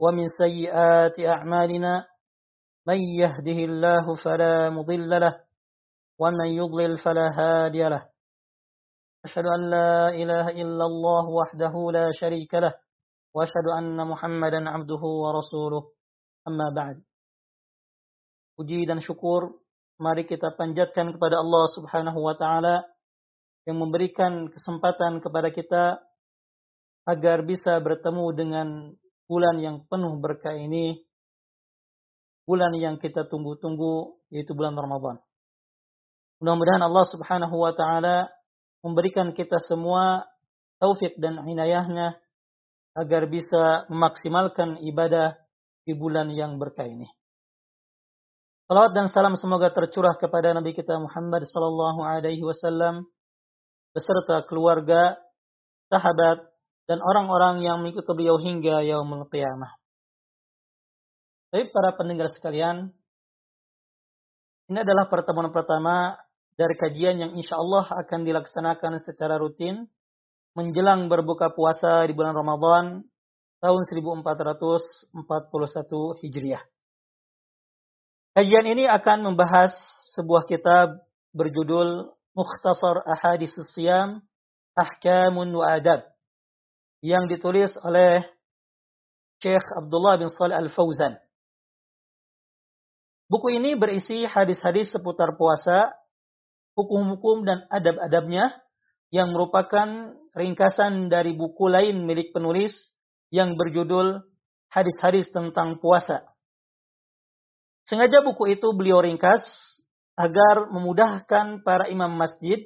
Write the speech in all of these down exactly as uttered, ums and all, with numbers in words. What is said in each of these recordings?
ومن سيئات أعمالنا من يهده الله فلا مضل له ومن يضلل فلا هادي له أشهد أن لا إله إلا الله وحده لا شريك له وأشهد أن محمدا عبده ورسوله أما بعد. Puji dan syukur mari kita panjatkan kepada Allah Subhanahu wa taala yang memberikan kesempatan kepada kita agar bisa bertemu dengan bulan yang penuh berkah ini, bulan yang kita tunggu-tunggu, yaitu bulan Ramadan. Mudah-mudahan Allah Subhanahu wa taala memberikan kita semua taufik dan inayahnya agar bisa memaksimalkan ibadah di bulan yang berkah ini. Salawat dan salam semoga tercurah kepada Nabi kita Muhammad sallallahu alaihi wasallam beserta keluarga, sahabat, dan orang-orang yang mengikuti beliau hingga yaumul qiyamah. Baik para pendengar sekalian, ini adalah pertemuan pertama dari kajian yang insya Allah akan dilaksanakan secara rutin menjelang berbuka puasa di bulan Ramadan tahun seribu empat ratus empat puluh satu Hijriah. Kajian ini akan membahas sebuah kitab berjudul Mukhtasar Ahaditsus Shiyam Ahkamun wa Adab yang ditulis oleh Syekh Abdullah bin Shalih Al-Fauzan. Buku ini berisi hadis-hadis seputar puasa, hukum-hukum dan adab-adabnya yang merupakan ringkasan dari buku lain milik penulis yang berjudul Hadis-hadis tentang Puasa. Sengaja buku itu beliau ringkas agar memudahkan para imam masjid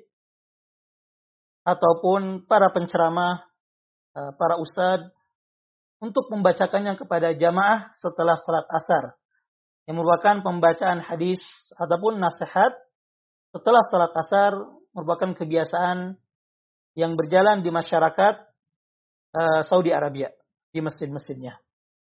ataupun para penceramah, para ustadz untuk membacakannya kepada jamaah setelah salat asar, yang merupakan pembacaan hadis ataupun nasihat setelah salat asar merupakan kebiasaan yang berjalan di masyarakat uh, Saudi Arabia, di masjid-masjidnya.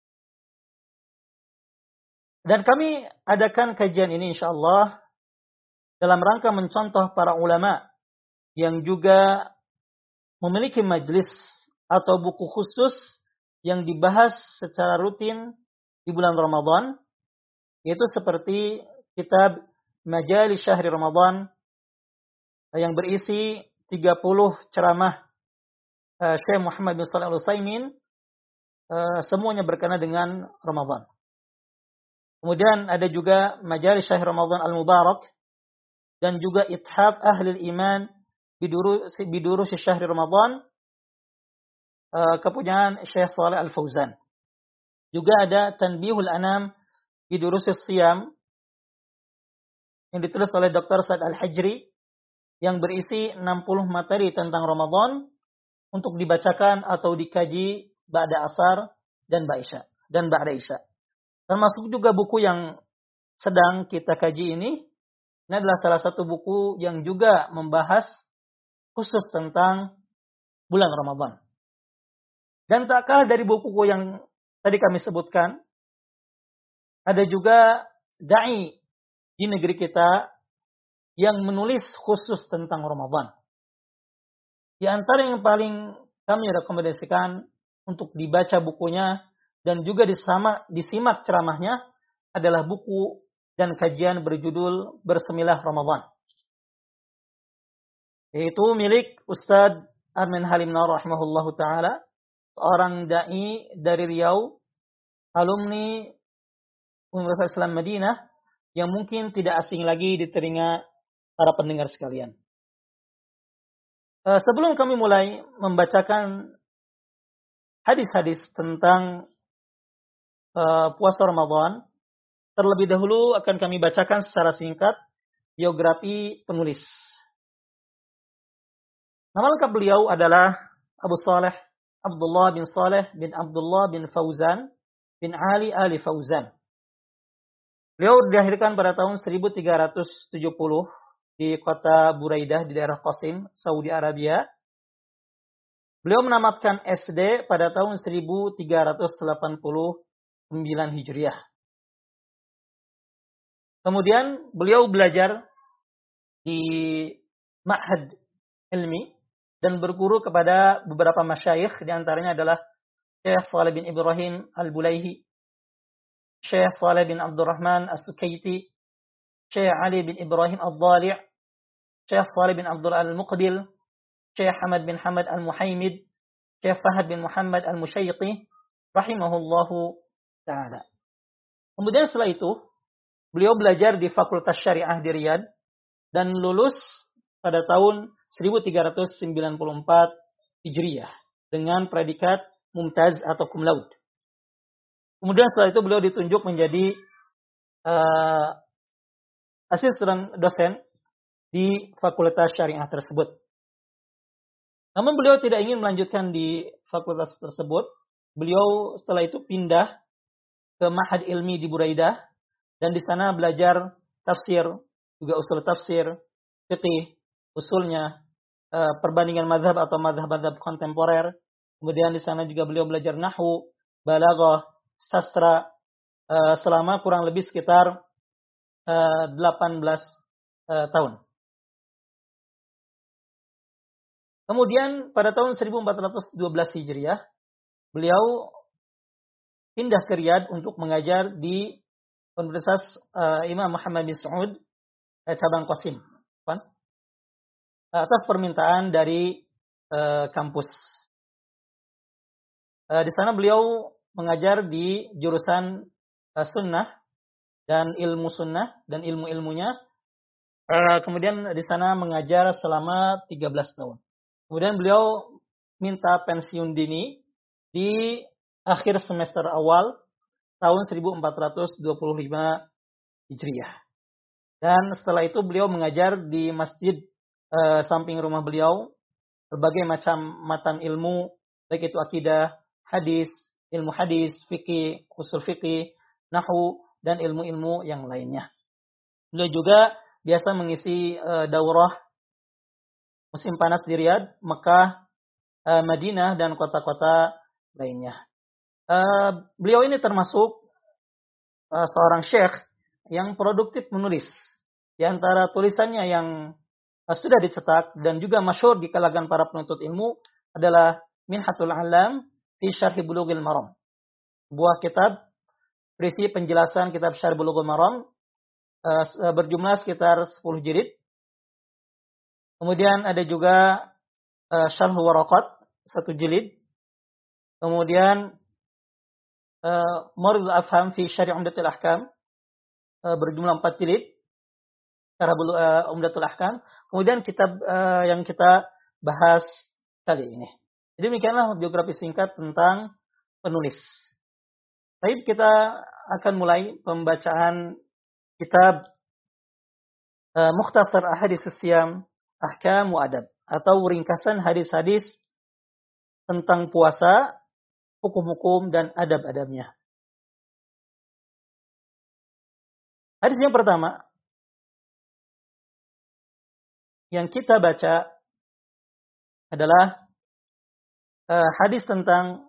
Dan kami adakan kajian ini insyaallah dalam rangka mencontoh para ulama yang juga memiliki majlis atau buku khusus yang dibahas secara rutin di bulan Ramadan, yaitu seperti kitab Majalis Syahri Ramadan yang berisi tiga puluh ceramah uh, Syekh Muhammad bin Shalih Al-Utsaimin, uh, semuanya berkenaan dengan Ramadan. Kemudian ada juga Majalis Syahri Ramadan Al-Mubarak dan juga Ithaf Ahli Iman Bidurus Bidurus Syahri Ramadan, uh, kepunyaan Syekh Shalih Al-Fauzan. Juga ada Tanbihul Anam Bidurus Shiyam yang ditulis oleh Doktor Sa'ad Al-Hajri yang berisi enam puluh materi tentang Ramadan untuk dibacakan atau dikaji ba'da asar dan ba'isya dan ba'da isya. Termasuk juga buku yang sedang kita kaji ini, ini adalah salah satu buku yang juga membahas khusus tentang bulan Ramadan. Dan tak kalah dari buku-buku yang tadi kami sebutkan, ada juga da'i di negeri kita yang menulis khusus tentang Ramadan. Di antara yang paling kami rekomendasikan untuk dibaca bukunya dan juga disama, disimak ceramahnya adalah buku dan kajian berjudul Bersemilah Ramadan, yaitu milik Ustadz Armin Halim Naur rahimahullahu ta'ala, seorang da'i dari Riau, alumni Universitas Islam Madinah, yang mungkin tidak asing lagi di telinga para pendengar sekalian. Sebelum kami mulai membacakan hadis-hadis tentang Uh, puasa Ramadan, terlebih dahulu akan kami bacakan secara singkat biografi penulis. Nama lengkap beliau adalah Abu Saleh Abdullah bin Saleh bin Abdullah bin Fauzan bin Ali Ali Fauzan. Beliau dilahirkan pada tahun seribu tiga ratus tujuh puluh di kota Buraidah di daerah Qasim, Saudi Arabia. Beliau menamatkan S D pada tahun seribu tiga ratus delapan puluh sembilan Hijriah. Kemudian beliau belajar di Ma'had Ilmi dan berguru kepada beberapa masyayikh, di antaranya adalah Syekh Shalih bin Ibrahim Al-Bulaihi, Syekh Shalih bin Abdurrahman As-Sukaiti, Syekh Ali bin Ibrahim Al-Dhali', Syekh Shalih bin Abdul Al-Muqbil, Syekh Hamad bin Hamad Al-Muhaimid, Syekh Fahad bin Muhammad Al-Musyaiqi, rahimahullahu ta'ala. Kemudian setelah itu, beliau belajar di Fakultas Syariah di Riyadh dan lulus pada tahun seribu tiga ratus sembilan puluh empat Hijriah dengan predikat Mumtaz atau Cum Laude. Kemudian setelah itu beliau ditunjuk menjadi uh, asisten dosen di Fakultas Syariah tersebut. Namun beliau tidak ingin melanjutkan di fakultas tersebut. Beliau setelah itu pindah ke Ma'had Ilmi di Buraidah dan di sana belajar tafsir, juga usul tafsir, fiqih, usulnya, perbandingan mazhab atau mazhab-mazhab kontemporer. Kemudian di sana juga beliau belajar nahwu, balaghah, sastra selama kurang lebih sekitar delapan belas tahun. Kemudian pada tahun seribu empat ratus dua belas Hijriah, beliau pindah ke Riyadh untuk mengajar di Universitas uh, Imam Muhammad bin Saud, eh, cabang Qasim, kan? Atas permintaan dari uh, kampus. Uh, di sana beliau mengajar di jurusan uh, sunnah dan ilmu sunnah dan ilmu-ilmunya. Uh, kemudian di sana mengajar selama tiga belas tahun. Kemudian beliau minta pensiun dini di akhir semester awal tahun seribu empat ratus dua puluh lima Hijriah. Dan setelah itu beliau mengajar di masjid eh, samping rumah beliau berbagai macam matan ilmu, baik itu akidah, hadis, ilmu hadis, fikih, usul fikih, nahwu, dan ilmu-ilmu yang lainnya. Beliau juga biasa mengisi eh, daurah musim panas di Riyadh, Mekah, uh, Madinah, dan kota-kota lainnya. Uh, beliau ini termasuk uh, seorang syekh yang produktif menulis. Di antara tulisannya yang uh, sudah dicetak dan juga masyhur di kalangan para penuntut ilmu adalah Minhatul Alam fi Syarh Bulughil Maram. Sebuah kitab berisi penjelasan kitab Syarh Bulughil Maram uh, berjumlah sekitar sepuluh jilid. Kemudian ada juga uh, Syarh Waraqat satu jilid. Kemudian uh, Maridul Afham fi Syarh Umdatul Ahkam uh, berjumlah empat jilid. Syarh uh, Umdatul Ahkam. Kemudian kitab uh, yang kita bahas kali ini. Jadi demikianlah biografi singkat tentang penulis. Baik, kita akan mulai pembacaan kitab uh, Mukhtasar Ahadits Siyam Ahkam wa Adab, atau ringkasan hadis-hadis tentang puasa, hukum-hukum dan adab-adabnya. Hadis yang pertama yang kita baca adalah uh, hadis tentang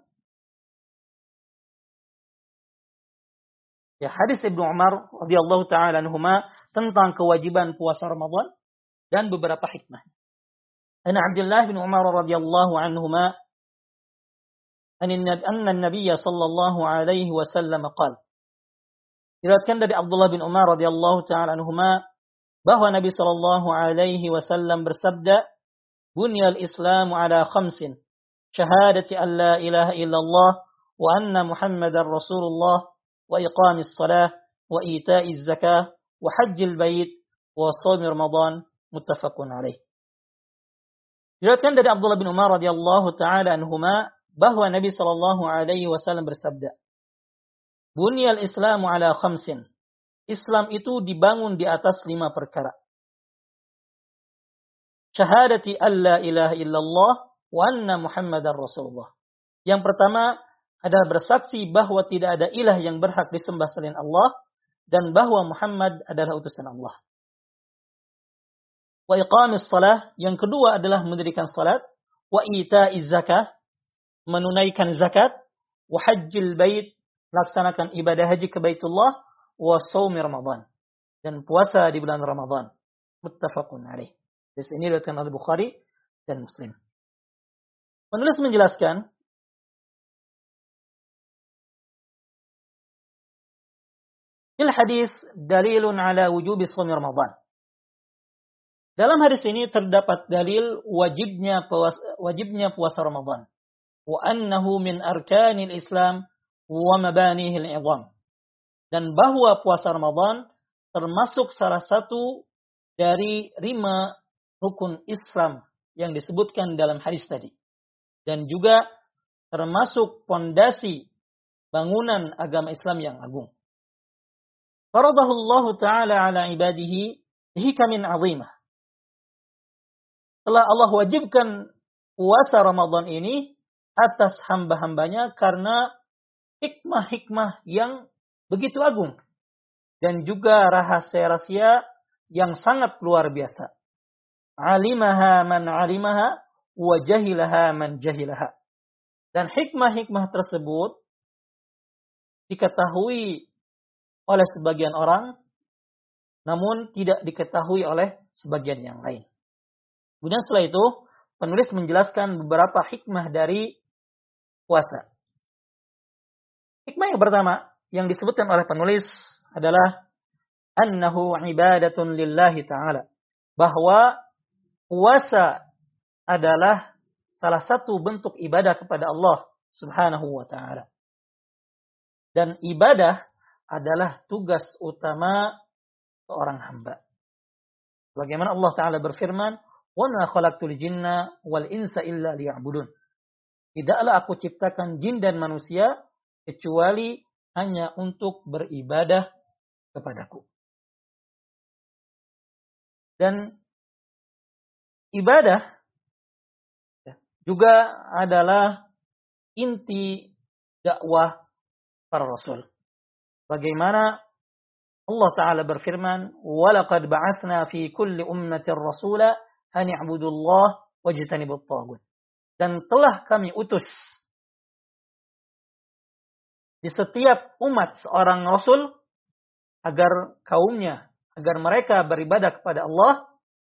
ya hadis Ibnu Umar radhiyallahu taala anhuma tentang kewajiban puasa Ramadan dan beberapa hikmah. An Abdullah bin Umar radhiyallahu anhuma anna an-nabiy sallallahu alaihi wasallam qala. Diriwayatkan dari Abdullah bin Umar radhiyallahu taala anhuma bahwa Nabi sallallahu alaihi wasallam bersabda, "Bunyal Islamu ala khamsin, syahadati an la ilaha illallah wa anna Muhammadar Rasulullah wa iqamis shalah wa ita'iz zakah wa hajjil bait wa shaum Ramadan." Muttafaqun alaih. Diriwayatkan dari Abdullah bin Umar radhiyallahu taala anhuma bahwa Nabi sallallahu alaihi wasallam bersabda, "Bunyal Islamu ala khamsin." Islam itu dibangun di atas lima perkara. Syahadati alla ilaha illallah wa anna Muhammadar Rasulullah. Yang pertama adalah bersaksi bahwa tidak ada ilah yang berhak disembah selain Allah dan bahwa Muhammad adalah utusan Allah. Wa iqamis salah, yang kedua adalah mendirikan salat, wa ita'iz zakah, menunaikan zakat, wa hajjil bait, melaksanakan ibadah haji ke Baitullah, wa shaumi Ramadan, dan puasa di bulan Ramadan. Muttafaqun alaih. Di sini diriwayatkan oleh Bukhari dan Muslim. Penulis menjelaskan Fil hadis dalilun ala wujubi shaumi Ramadan. Dalam hadis ini terdapat dalil wajibnya puasa, wajibnya puasa Ramadan. Wa annahu min arkanil Islam wa mabanihil 'idham. Dan bahwa puasa Ramadan termasuk salah satu dari lima rukun Islam yang disebutkan dalam hadis tadi. Dan juga termasuk pondasi bangunan agama Islam yang agung. Faradahu Allah Ta'ala ala ibadihi hikamin 'azimah. Telah Allah wajibkan puasa Ramadan ini atas hamba-hambanya karena hikmah-hikmah yang begitu agung. Dan juga rahasia-rahasia yang sangat luar biasa. Alimaha man alimaha wa jahilaha man jahilaha. Dan hikmah-hikmah tersebut diketahui oleh sebagian orang, namun tidak diketahui oleh sebagian yang lain. Kemudian setelah itu, penulis menjelaskan beberapa hikmah dari puasa. Hikmah yang pertama yang disebutkan oleh penulis adalah annahu ibadatun lillahi ta'ala. Bahwa puasa adalah salah satu bentuk ibadah kepada Allah subhanahu wa ta'ala. Dan ibadah adalah tugas utama seorang hamba. Bagaimana Allah Ta'ala berfirman, وَمَا خَلَقْتُ الْجِنَّ وَالْإِنسَ إِلَّا لِيَعْبُدُونَ. Tidaklah aku ciptakan jin dan manusia kecuali hanya untuk beribadah kepadaku. Dan ibadah juga adalah inti dakwah para rasul. Bagaimana Allah Ta'ala berfirman, وَلَقَدْ بَعَثْنَا فِي كُلِّ أُمَّةٍ رَسُولًا أَنِ اعْبُدُوا اللَّهَ وَاجْتَنِبُوا الطَّاغُوتَ. Dan telah kami utus di setiap umat seorang rasul agar kaumnya, agar mereka beribadah kepada Allah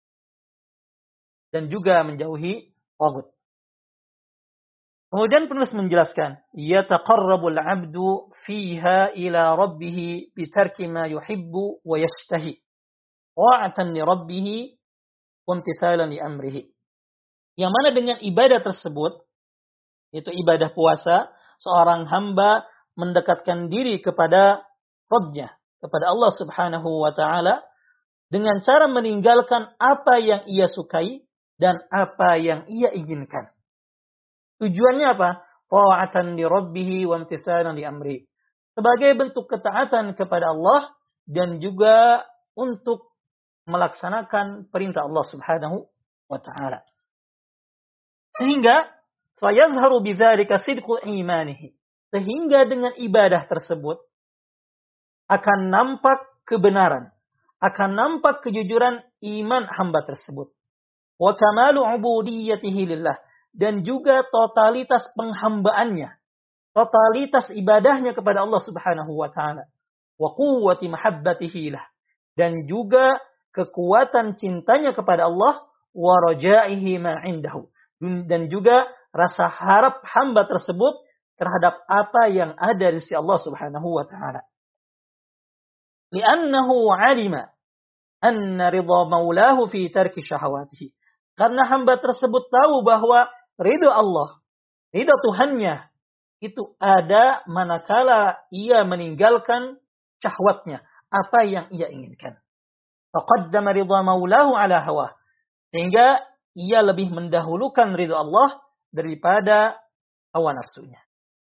dan juga menjauhi taghut. Kemudian penulis menjelaskan, yataqarrabul 'abdu fiha ila rabbih bitarki ma yuhibbu wa yashtahi, ta'atan li rabbih wa imtithalan li amrihi. Yang mana dengan ibadah tersebut, yaitu ibadah puasa, seorang hamba mendekatkan diri kepada Rabb-Nya, kepada Allah Subhanahu wa taala dengan cara meninggalkan apa yang ia sukai dan apa yang ia inginkan. Tujuannya apa? Ta'atan li rabbih wa imtithalan li amri. Sebagai bentuk ketaatan kepada Allah dan juga untuk melaksanakan perintah Allah Subhanahu wa taala. Sehingga fayazharu bidzalika sidqu imanihi. Sehingga dengan ibadah tersebut akan nampak kebenaran, akan nampak kejujuran iman hamba tersebut. Wa kamalu ubudiyyatihi lillah. Dan juga totalitas penghambaannya, totalitas ibadahnya kepada Allah Subhanahu wa taala. Wa quwwati mahabbatihi lah. Dan juga kekuatan cintanya kepada Allah, wa rajaihi ma indahu. Dan juga rasa harap hamba tersebut terhadap apa yang ada di sisi Allah Subhanahu wa taala. Li'annahu 'alima anna ridha maulahu fi tarki syahawatihi. Karena hamba tersebut tahu bahwa ridha Allah, ridha Tuhannya itu ada manakala ia meninggalkan syahwatnya, apa yang ia inginkan. Faqaddama ridha maulahu ala hawah. Sehingga ia lebih mendahulukan ridha Allah daripada hawa nafsunya.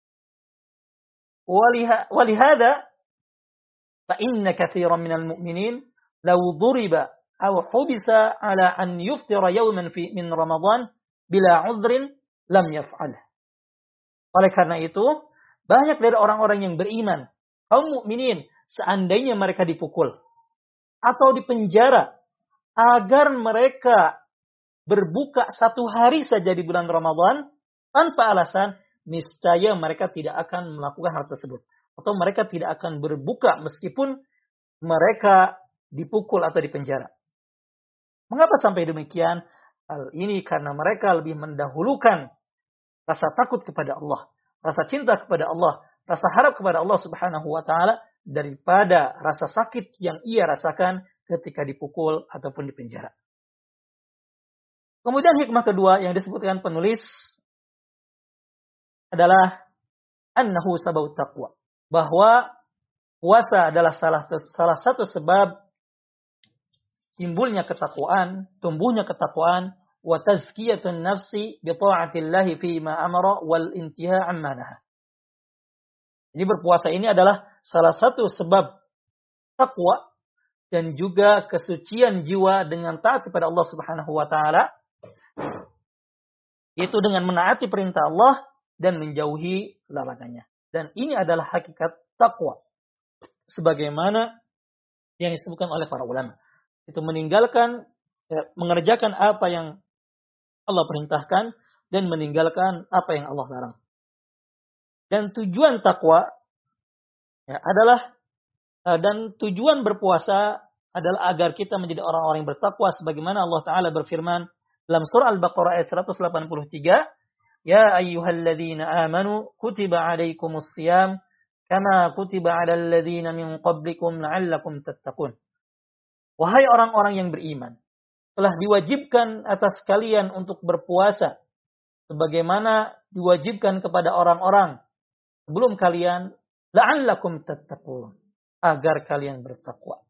Walihada fa inna katsiran minal mu'minin law duriba aw hubisa ala an yuftira yawman fi min Ramadan bila uzrin lam yaf'al. Oleh karena itu, banyak dari orang-orang yang beriman, kaum mukminin, seandainya mereka dipukul atau dipenjara agar mereka berbuka satu hari saja di bulan Ramadan tanpa alasan, niscaya mereka tidak akan melakukan hal tersebut. Atau mereka tidak akan berbuka meskipun mereka dipukul atau dipenjara. Mengapa sampai demikian? Hal ini karena mereka lebih mendahulukan rasa takut kepada Allah, rasa cinta kepada Allah, rasa harap kepada Allah Subhanahu wa taala daripada rasa sakit yang ia rasakan ketika dipukul ataupun dipenjara. Kemudian hikmah kedua yang disebutkan penulis adalah annahu sababut taqwa. Bahwa puasa adalah salah, salah satu sebab timbulnya ketakwaan, tumbuhnya ketakwaan, wa tazkiyatun nafsi bi ta'atillahi fi ma amara wal intiha amma naha. Jadi berpuasa ini adalah salah satu sebab takwa dan juga kesucian jiwa dengan taat kepada Allah Subhanahu wa taala, yaitu dengan menaati perintah Allah dan menjauhi larangannya. Dan ini adalah hakikat takwa sebagaimana yang disebutkan oleh para ulama. Itu meninggalkan, ya, mengerjakan apa yang Allah perintahkan dan meninggalkan apa yang Allah larang. Dan tujuan takwa, ya, adalah dan tujuan berpuasa adalah agar kita menjadi orang-orang yang bertakwa sebagaimana Allah Ta'ala berfirman dalam surah Al-Baqarah ayat seratus delapan puluh tiga, Ya ayyuhalladzina amanu kutiba alaikumus siyam kama kutiba alal ladzina min qablikum la'allakum tattaqun. Wahai orang-orang yang beriman, telah diwajibkan atas kalian untuk berpuasa sebagaimana diwajibkan kepada orang-orang sebelum kalian, la'allakum tattaqun, agar kalian bertakwa.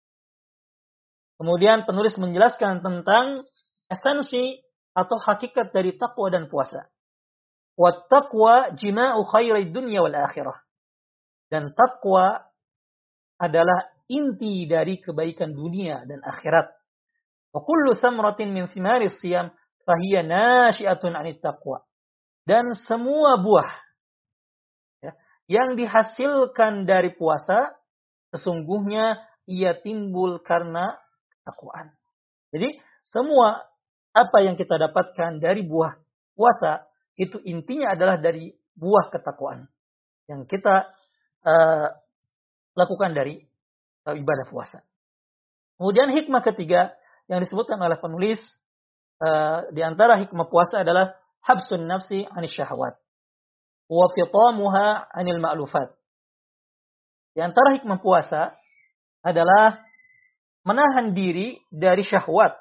Kemudian penulis menjelaskan tentang esensi atau hakikat dari takwa dan puasa. Wat taqwa jima'u khairid dunya wal akhirah. Dan takwa adalah inti dari kebaikan dunia dan akhirat. Wa kullu thamratin min thimaris siyam fahiya nashi'atun 'anit taqwa. Dan semua buah, ya, yang dihasilkan dari puasa sesungguhnya ia timbul karena ketakwaan. Jadi semua apa yang kita dapatkan dari buah puasa itu intinya adalah dari buah ketakwaan yang kita uh, lakukan dari uh, ibadah puasa. Kemudian hikmah ketiga yang disebutkan oleh penulis uh, di antara hikmah puasa adalah habsun nafsi 'anil syahwat wa fitamuha 'anil ma'lufat. Di antara hikmah puasa adalah menahan diri dari syahwat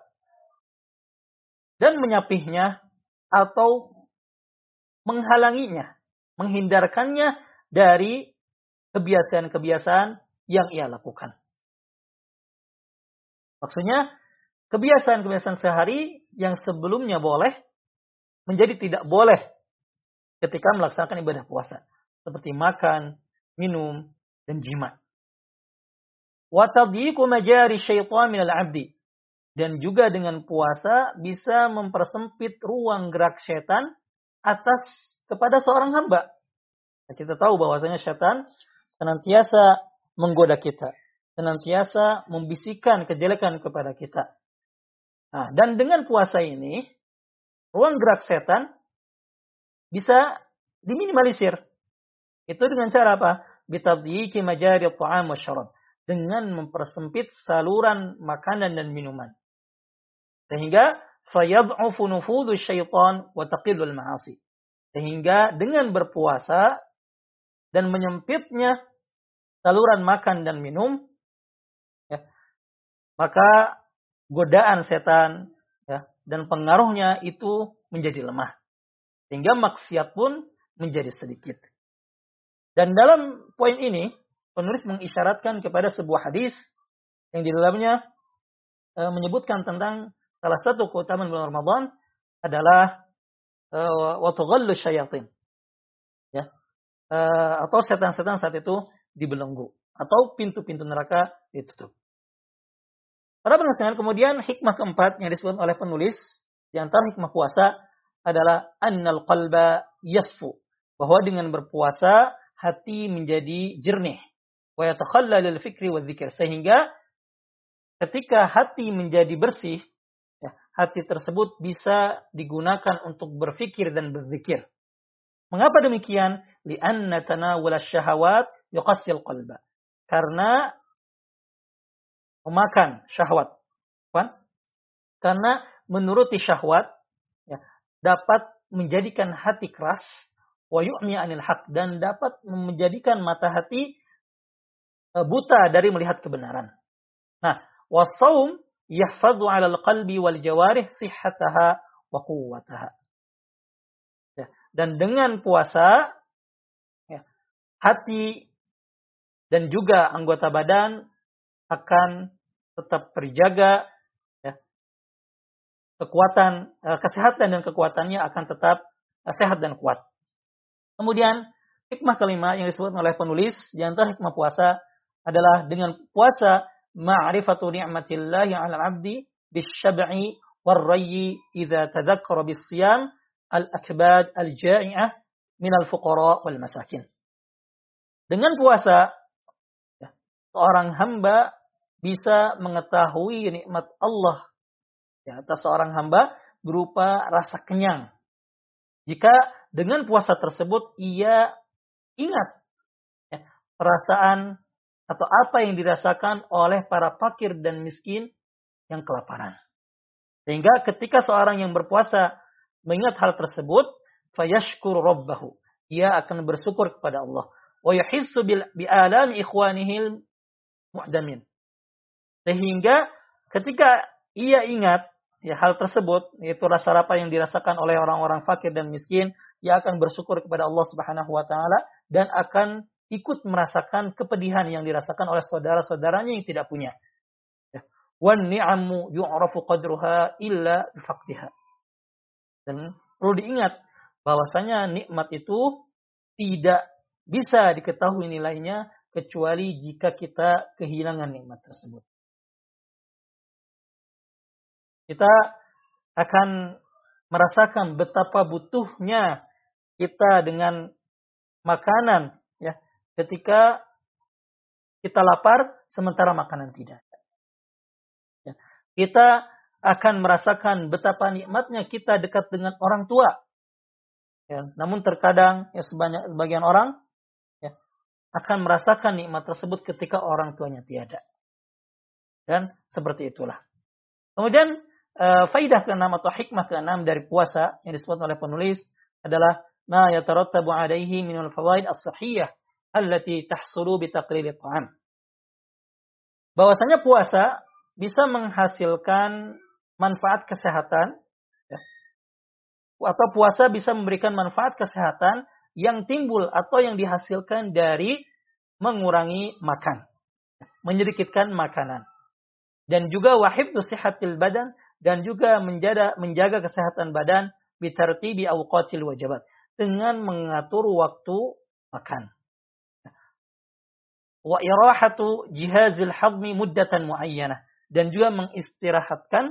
dan menyapihnya atau menghalanginya, menghindarkannya dari kebiasaan-kebiasaan yang ia lakukan. Maksudnya, kebiasaan-kebiasaan sehari yang sebelumnya boleh menjadi tidak boleh ketika melaksanakan ibadah puasa, seperti makan, minum, dan jima. Wa tadyiqu majari syaitan minal 'abdi. Dan juga dengan puasa bisa mempersempit ruang gerak setan atas kepada seorang hamba. Nah, kita tahu bahwasanya setan senantiasa menggoda kita, senantiasa membisikkan kejelekan kepada kita. Nah, dan dengan puasa ini, ruang gerak setan bisa diminimalisir. Itu dengan cara apa? Bitadyiqi majari at-ta'am wasyarab. Dengan mempersempit saluran makanan dan minuman. Sehingga fayad'ufu nufudhu syaitan wa taqillul ma'asi. Sehingga dengan berpuasa dan menyempitnya saluran makan dan minum, ya, maka godaan setan, ya, dan pengaruhnya itu menjadi lemah. Sehingga maksiat pun menjadi sedikit. Dan dalam poin ini, penulis mengisyaratkan kepada sebuah hadis yang di dalamnya e, menyebutkan tentang salah satu keutamaan bulan Ramadan adalah wa tughallu syayatin, ya, e, atau setan-setan saat itu dibelenggu atau pintu-pintu neraka ditutup. Para pendengar, kemudian hikmah keempat yang disebut oleh penulis di antara hikmah puasa adalah annal qalba yasfu, bahwa dengan berpuasa hati menjadi jernih. Wa yatakhallalul fikri wadzikir, sehingga ketika hati menjadi bersih, ya, hati tersebut bisa digunakan untuk berfikir dan berzikir. Mengapa demikian? Li'anna tanawul syahawat yuqassil qalba. Karena memakan syahwat, kan? Karena menuruti syahwat, ya, dapat menjadikan hati keras, wa yu'mi 'anil haq, dan dapat menjadikan mata hati uh, buta dari melihat kebenaran. Nah, wasaum yahfadhu 'ala al-qalbi wal jawarih sihhataha wa quwwataha. Ya, dan dengan puasa ya, hati dan juga anggota badan akan tetap terjaga, ya, kekuatan, uh, kesehatan dan kekuatannya akan tetap uh, sehat dan kuat. Kemudian hikmah kelima yang disebut oleh penulis di antara hikmah puasa adalah dengan puasa ma'rifatu ni'matillahi 'alal 'abdi bisyab'i warrayyi idza tadzakkara bis-siyam al-akbad al-ja'i'ah minal fuqara wal masakin. Dengan puasa ya, seorang hamba bisa mengetahui nikmat Allah ya, atas seorang hamba berupa rasa kenyang. Jika dengan puasa tersebut ia ingat ya, perasaan atau apa yang dirasakan oleh para fakir dan miskin yang kelaparan. Sehingga ketika seorang yang berpuasa mengingat hal tersebut, fayashkur rabbahu, ia akan bersyukur kepada Allah. Wa yahissu bi'alami ikhwanihil mu'damin. Sehingga ketika ia ingat ya, hal tersebut, yaitu rasa lapar yang dirasakan oleh orang-orang fakir dan miskin, ia akan bersyukur kepada Allah Subhanahu wa taala dan akan ikut merasakan kepedihan yang dirasakan oleh saudara-saudaranya yang tidak punya. Ya. Wan ni'amu yu'rafu qadruha illa bifaqdiha. Dan perlu diingat bahwasanya nikmat itu tidak bisa diketahui nilainya kecuali jika kita kehilangan nikmat tersebut. Kita akan merasakan betapa butuhnya kita dengan makanan ya ketika kita lapar sementara makanan tidak. Ya. Kita akan merasakan betapa nikmatnya kita dekat dengan orang tua. Ya. Namun terkadang ya sebanyak sebagian orang ya, akan merasakan nikmat tersebut ketika orang tuanya tiada. Dan seperti itulah. Kemudian Uh, faidah keenam atau hikmah keenam dari puasa yang disebut oleh penulis adalah ma yatarattabu alaihi minal fawaid as-sahihah allati tahsulu bi taqlil at-ta'am. Bahwasanya puasa bisa menghasilkan manfaat kesehatan ya, atau puasa bisa memberikan manfaat kesehatan yang timbul atau yang dihasilkan dari mengurangi makan, menyedikitkan makanan. Dan juga wahibdu sihatil badan, dan juga menjaga, menjaga kesehatan badan bitartibi awqatil wajibat, dengan mengatur waktu makan. Wa irahatu jihazil hadmi muddatan muayyanah, dan juga mengistirahatkan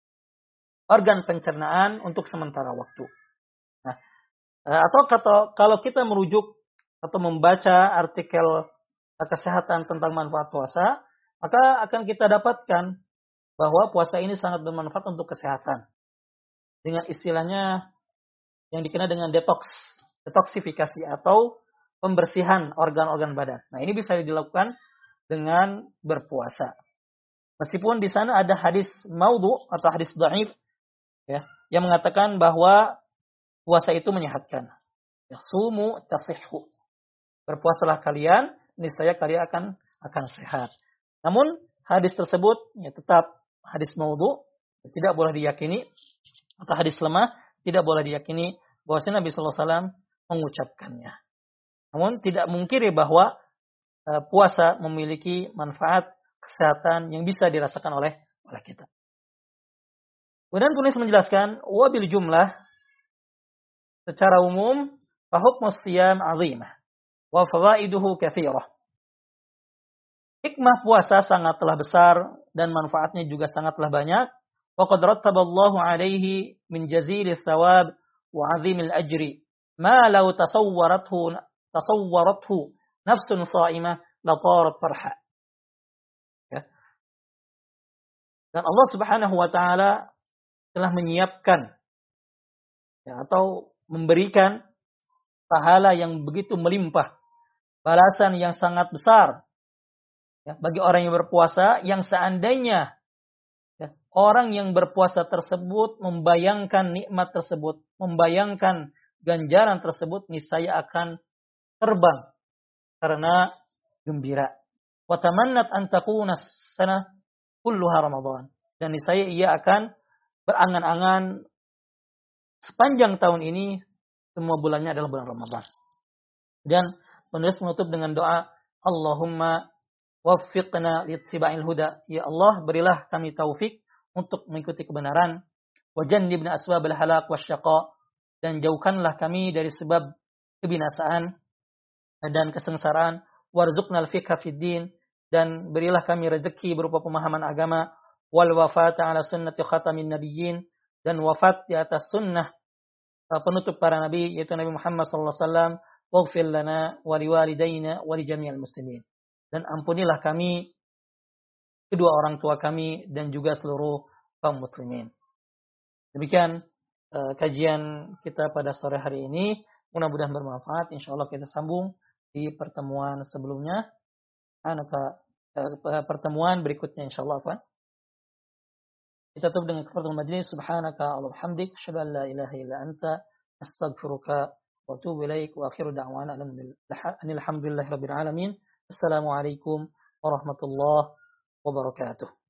organ pencernaan untuk sementara waktu. Nah, atau kata, kalau kita merujuk atau membaca artikel kesehatan tentang manfaat puasa, maka akan kita dapatkan bahwa puasa ini sangat bermanfaat untuk kesehatan. Dengan istilahnya yang dikenal dengan detox, detoksifikasi atau pembersihan organ-organ badan. Nah, ini bisa dilakukan dengan berpuasa. Meskipun di sana ada hadis maudhu atau hadis dhaif ya, yang mengatakan bahwa puasa itu menyehatkan. Ya, sumu tasihhu. Berpuasalah kalian, niscaya kalian akan akan sehat. Namun hadis tersebut ya, tetap hadis maudhu, tidak boleh diyakini, atau hadis lemah, tidak boleh diyakini bahwa Nabi sallallahu alaihi wasallam mengucapkannya. Namun tidak mungkiri bahwa uh, puasa memiliki manfaat kesehatan yang bisa dirasakan oleh oleh kita. Kemudian penulis menjelaskan, wabil jumlah, secara umum, fahukmus siyam azimah, wa fawaiduhu kathirah. Hikmah puasa sangatlah besar dan manfaatnya juga sangatlah banyak. Wa qad rattaballahu alaihi min jazilis thawab wa azimil ajri ma law tasawwarathu tasawwarathu nafsun sha'imah la tarat farha. Ya. Dan Allah Subhanahu wa taala telah menyiapkan ya, atau memberikan pahala yang begitu melimpah, balasan yang sangat besar ya, bagi orang yang berpuasa, yang seandainya ya, orang yang berpuasa tersebut membayangkan nikmat tersebut, membayangkan ganjaran tersebut, niscaya akan terbang karena gembira. wa tamannat an takuna as-sanah kulluha Ramadan. Dan niscaya ia akan berangan-angan sepanjang tahun ini semua bulannya adalah bulan Ramadan. Dan penulis menutup dengan doa, Allahumma waffiqna liittiba'il huda. Ya Allah, berilah kami taufik untuk mengikuti kebenaran. Wa jannibna asbabal halak wasyaqa. Dan jauhkanlah kami dari sebab kebinasaan dan kesengsaraan. Warzuqnal fiqha fid din. Dan berilah kami rezeki berupa pemahaman agama. Wal wafata ala sunnati khatamin nabiyyin. Dan wafat di atas sunnah penutup para nabi, yaitu Nabi Muhammad sallallahu alaihi wasallam. Waghfir lana wa liwalidayna wa li jami'il muslimin. Dan ampunilah kami, kedua orang tua kami, dan juga seluruh kaum muslimin. Demikian uh, kajian kita pada sore hari ini. Mudah-mudahan bermanfaat. Insyaallah kita sambung di pertemuan sebelumnya. Anaka uh, pertemuan berikutnya insyaallah apa? Kita tutup dengan kafaratul majlis. Subhanaka Allahumma hamdik, asyhadu an la ilaha illa anta, astaghfiruka wa atubu ilaik, wa akhiru da'wana alhamdulillahi rabbil alamin. Assalamualaikum warahmatullahi wabarakatuh.